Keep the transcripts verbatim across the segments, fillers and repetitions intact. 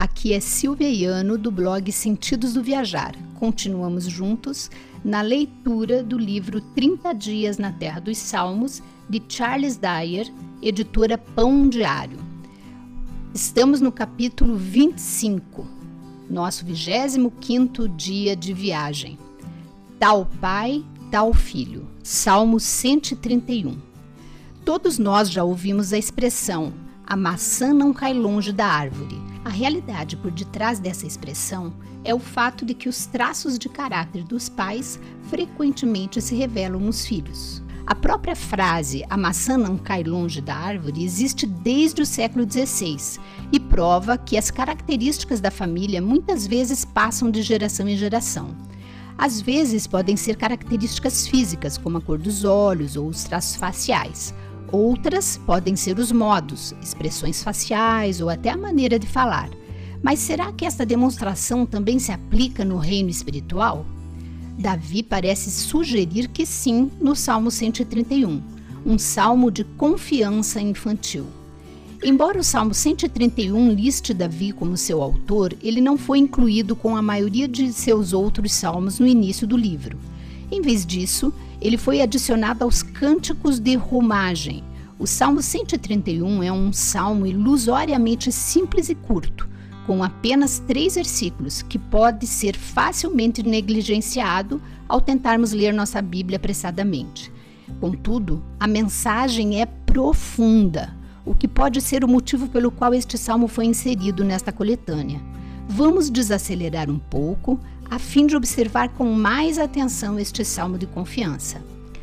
Aqui é Silvia Iano do blog Sentidos do Viajar. Continuamos juntos na leitura do livro trinta dias na Terra dos Salmos, de Charles Dyer, editora Pão Diário. Estamos no capítulo vinte e cinco, nosso vigésimo quinto dia de viagem. Tal pai, tal filho. Salmo cento e trinta e um. Todos nós já ouvimos a expressão: a maçã não cai longe da árvore. A realidade por detrás dessa expressão é o fato de que os traços de caráter dos pais frequentemente se revelam nos filhos. A própria frase "a maçã não cai longe da árvore" existe desde o século dezesseis e prova que as características da família muitas vezes passam de geração em geração. Às vezes podem ser características físicas, como a cor dos olhos ou os traços faciais. Outras podem ser os modos, expressões faciais ou até a maneira de falar. Mas será que essa demonstração também se aplica no reino espiritual? Davi parece sugerir que sim no Salmo cento e trinta e um, um salmo de confiança infantil. Embora o Salmo cento e trinta e um liste Davi como seu autor, ele não foi incluído com a maioria de seus outros salmos no início do livro. Em vez disso, ele foi adicionado aos cânticos de romagem. O Salmo cento e trinta e um é um salmo ilusoriamente simples e curto, com apenas três versículos, que pode ser facilmente negligenciado ao tentarmos ler nossa Bíblia apressadamente. Contudo, a mensagem é profunda, o que pode ser o motivo pelo qual este salmo foi inserido nesta coletânea. Vamos desacelerar um pouco, a fim de observar com mais atenção este salmo de confiança.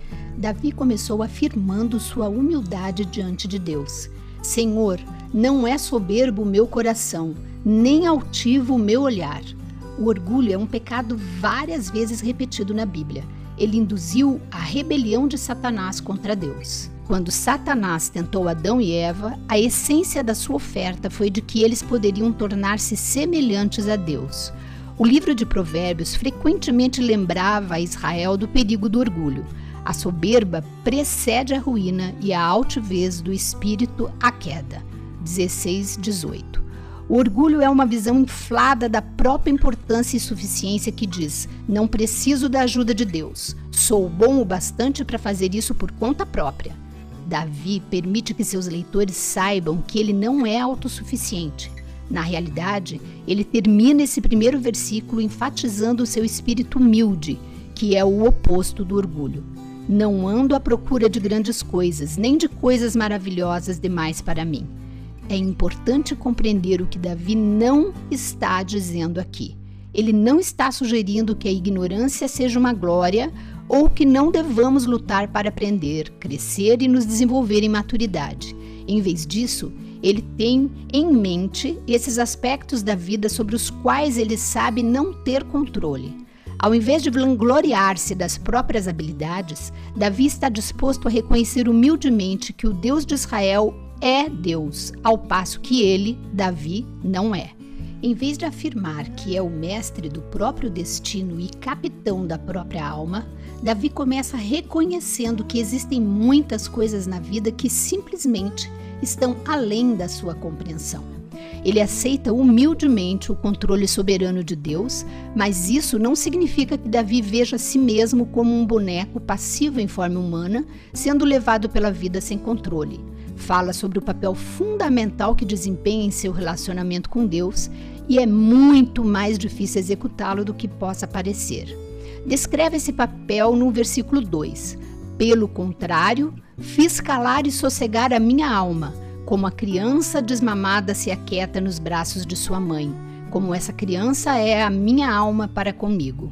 Davi começou afirmando sua humildade diante de Deus. Senhor, não é soberbo o meu coração, nem altivo o meu olhar. O orgulho é um pecado várias vezes repetido na Bíblia. Ele induziu a rebelião de Satanás contra Deus. Quando Satanás tentou Adão e Eva, a essência da sua oferta foi de que eles poderiam tornar-se semelhantes a Deus. O livro de Provérbios frequentemente lembrava a Israel do perigo do orgulho. A soberba precede a ruína e a altivez do espírito a queda. dezesseis, dezoito. O orgulho é uma visão inflada da própria importância e suficiência que diz: não preciso da ajuda de Deus, sou bom o bastante para fazer isso por conta própria. Davi permite que seus leitores saibam que ele não é autossuficiente. Na realidade, ele termina esse primeiro versículo enfatizando o seu espírito humilde, que é o oposto do orgulho. Não ando à procura de grandes coisas, nem de coisas maravilhosas demais para mim. É importante compreender o que Davi não está dizendo aqui. Ele não está sugerindo que a ignorância seja uma glória ou que não devamos lutar para aprender, crescer e nos desenvolver em maturidade. Em vez disso, ele tem em mente esses aspectos da vida sobre os quais ele sabe não ter controle. Ao invés de vangloriar-se das próprias habilidades, Davi está disposto a reconhecer humildemente que o Deus de Israel é Deus, ao passo que ele, Davi, não é. Em vez de afirmar que é o mestre do próprio destino e capitão da própria alma, Davi começa reconhecendo que existem muitas coisas na vida que simplesmente estão além da sua compreensão. Ele aceita humildemente o controle soberano de Deus, mas isso não significa que Davi veja a si mesmo como um boneco passivo em forma humana, sendo levado pela vida sem controle. Fala sobre o papel fundamental que desempenha em seu relacionamento com Deus e é muito mais difícil executá-lo do que possa parecer. Descreve esse papel no versículo dois. Pelo contrário, fiz calar e sossegar a minha alma, como a criança desmamada se aquieta nos braços de sua mãe, como essa criança é a minha alma para comigo.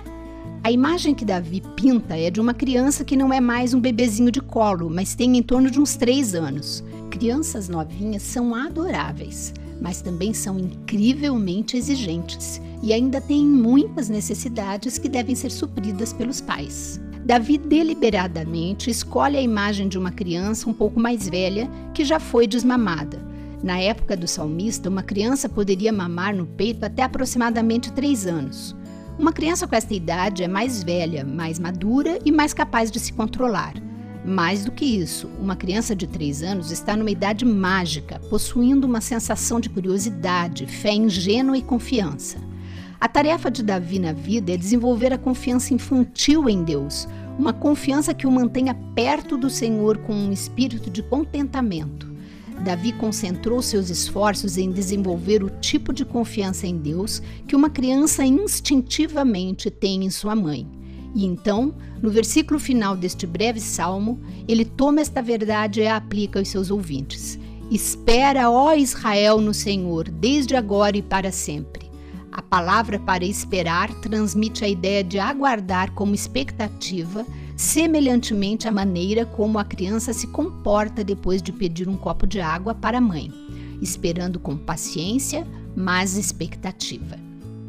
A imagem que Davi pinta é de uma criança que não é mais um bebezinho de colo, mas tem em torno de uns três anos. Crianças novinhas são adoráveis, mas também são incrivelmente exigentes e ainda têm muitas necessidades que devem ser supridas pelos pais. Davi deliberadamente escolhe a imagem de uma criança um pouco mais velha que já foi desmamada. Na época do salmista, uma criança poderia mamar no peito até aproximadamente três anos. Uma criança com esta idade é mais velha, mais madura e mais capaz de se controlar. Mais do que isso, uma criança de três anos está numa idade mágica, possuindo uma sensação de curiosidade, fé ingênua e confiança. A tarefa de Davi na vida é desenvolver a confiança infantil em Deus, uma confiança que o mantenha perto do Senhor com um espírito de contentamento. Davi concentrou seus esforços em desenvolver o tipo de confiança em Deus que uma criança instintivamente tem em sua mãe. E então, no versículo final deste breve salmo, ele toma esta verdade e a aplica aos seus ouvintes. Espera, ó Israel, no Senhor, desde agora e para sempre. A palavra para esperar transmite a ideia de aguardar como expectativa, semelhantemente à maneira como a criança se comporta depois de pedir um copo de água para a mãe, esperando com paciência, mas expectativa.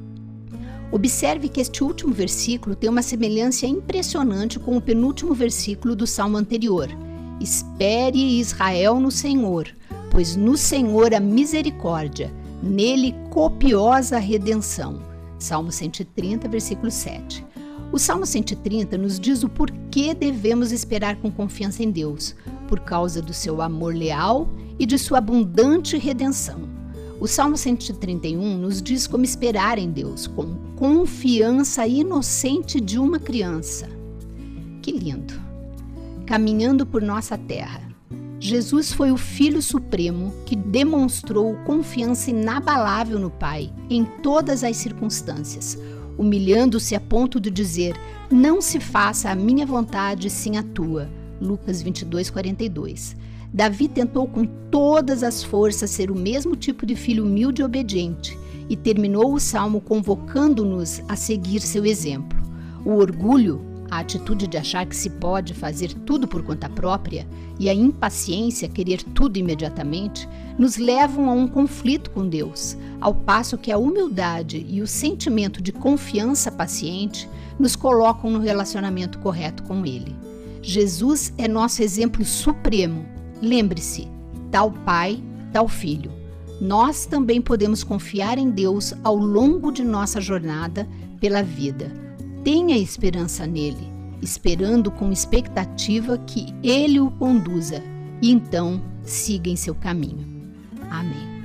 Observe que este último versículo tem uma semelhança impressionante com o penúltimo versículo do salmo anterior. Espere Israel no Senhor, pois no Senhor há misericórdia, nele copiosa redenção. Salmo cento e trinta, versículo sete. O Salmo cento e trinta nos diz o porquê devemos esperar com confiança em Deus, por causa do seu amor leal e de sua abundante redenção. O Salmo cento e trinta e um nos diz como esperar em Deus, com confiança inocente de uma criança. Que lindo! Caminhando por nossa terra, Jesus foi o Filho Supremo que demonstrou confiança inabalável no Pai em todas as circunstâncias, humilhando-se a ponto de dizer: não se faça a minha vontade, sim a tua. Lucas vinte e dois, quarenta e dois. Davi tentou com todas as forças ser o mesmo tipo de filho humilde e obediente e terminou o salmo convocando-nos a seguir seu exemplo. O orgulho, a atitude de achar que se pode fazer tudo por conta própria, e a impaciência, querer tudo imediatamente, nos levam a um conflito com Deus, ao passo que a humildade e o sentimento de confiança paciente nos colocam no relacionamento correto com Ele. Jesus é nosso exemplo supremo. Lembre-se, tal pai, tal filho. Nós também podemos confiar em Deus ao longo de nossa jornada pela vida. Tenha esperança nele, esperando com expectativa que ele o conduza, e então siga em seu caminho. Amém.